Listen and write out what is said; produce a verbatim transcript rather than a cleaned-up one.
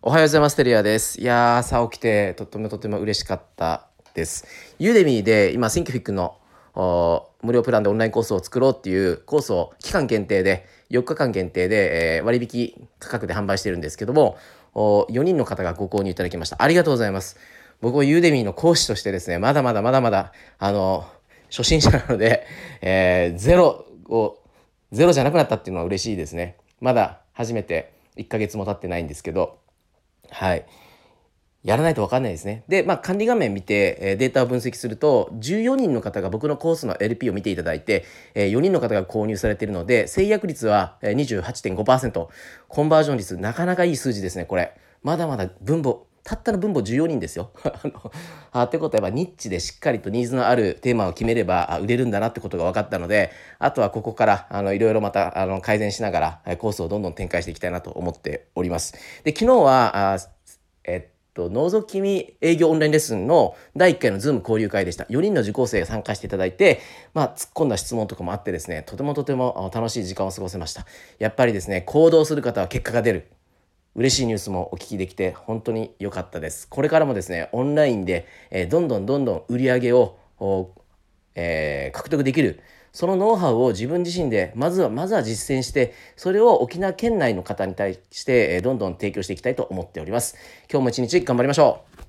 おはようございます。テリアです。いやー、朝起きてとってもとっても嬉しかったです。ユーデミーで今、シンキフィックの無料プランでオンラインコースを作ろうっていうコースを期間限定で、よっかかん限定で、えー、割引価格で販売してるんですけども、よにんの方がご購入いただきました。ありがとうございます。僕はユーデミーの講師としてですね、まだまだまだまだ、あの、初心者なので、えー、ゼロを、ゼロじゃなくなったっていうのは嬉しいですね。まだ初めていっかげつも経ってないんですけど、はい。やらないと分かんないですね。で、まあ、管理画面見て、えーデータを分析すると、じゅうよにんの方が僕のコースの エルピー を見ていただいて、えーよにんの方が購入されているので、制約率はえーにじゅうはちてんごパーセント。コンバージョン率、なかなかいい数字ですね、これ。まだまだ分母、たったの分母じゅうよにんですよ。あのあってことはやっぱニッチでしっかりとニーズのあるテーマを決めればあ売れるんだなってことが分かったので、あとはここからあのいろいろまたあの改善しながらえーコースをどんどん展開していきたいなと思っております。で、昨日はあえっと覗き見営業オンラインレッスンのだいいっかいのズーム交流会でした。よにんの受講生が参加していただいて、まあ、突っ込んだ質問とかもあってですね、とてもとても楽しい時間を過ごせました。やっぱりですね、行動する方は結果が出る。嬉しいニュースもお聞きできて本当に良かったです。これからもですね、オンラインで、えーどんどんどんどん売り上げを、おえー獲得できる。そのノウハウを自分自身でまずはまずは実践して、それを沖縄県内の方に対して、えーどんどん提供していきたいと思っております。今日も一日頑張りましょう。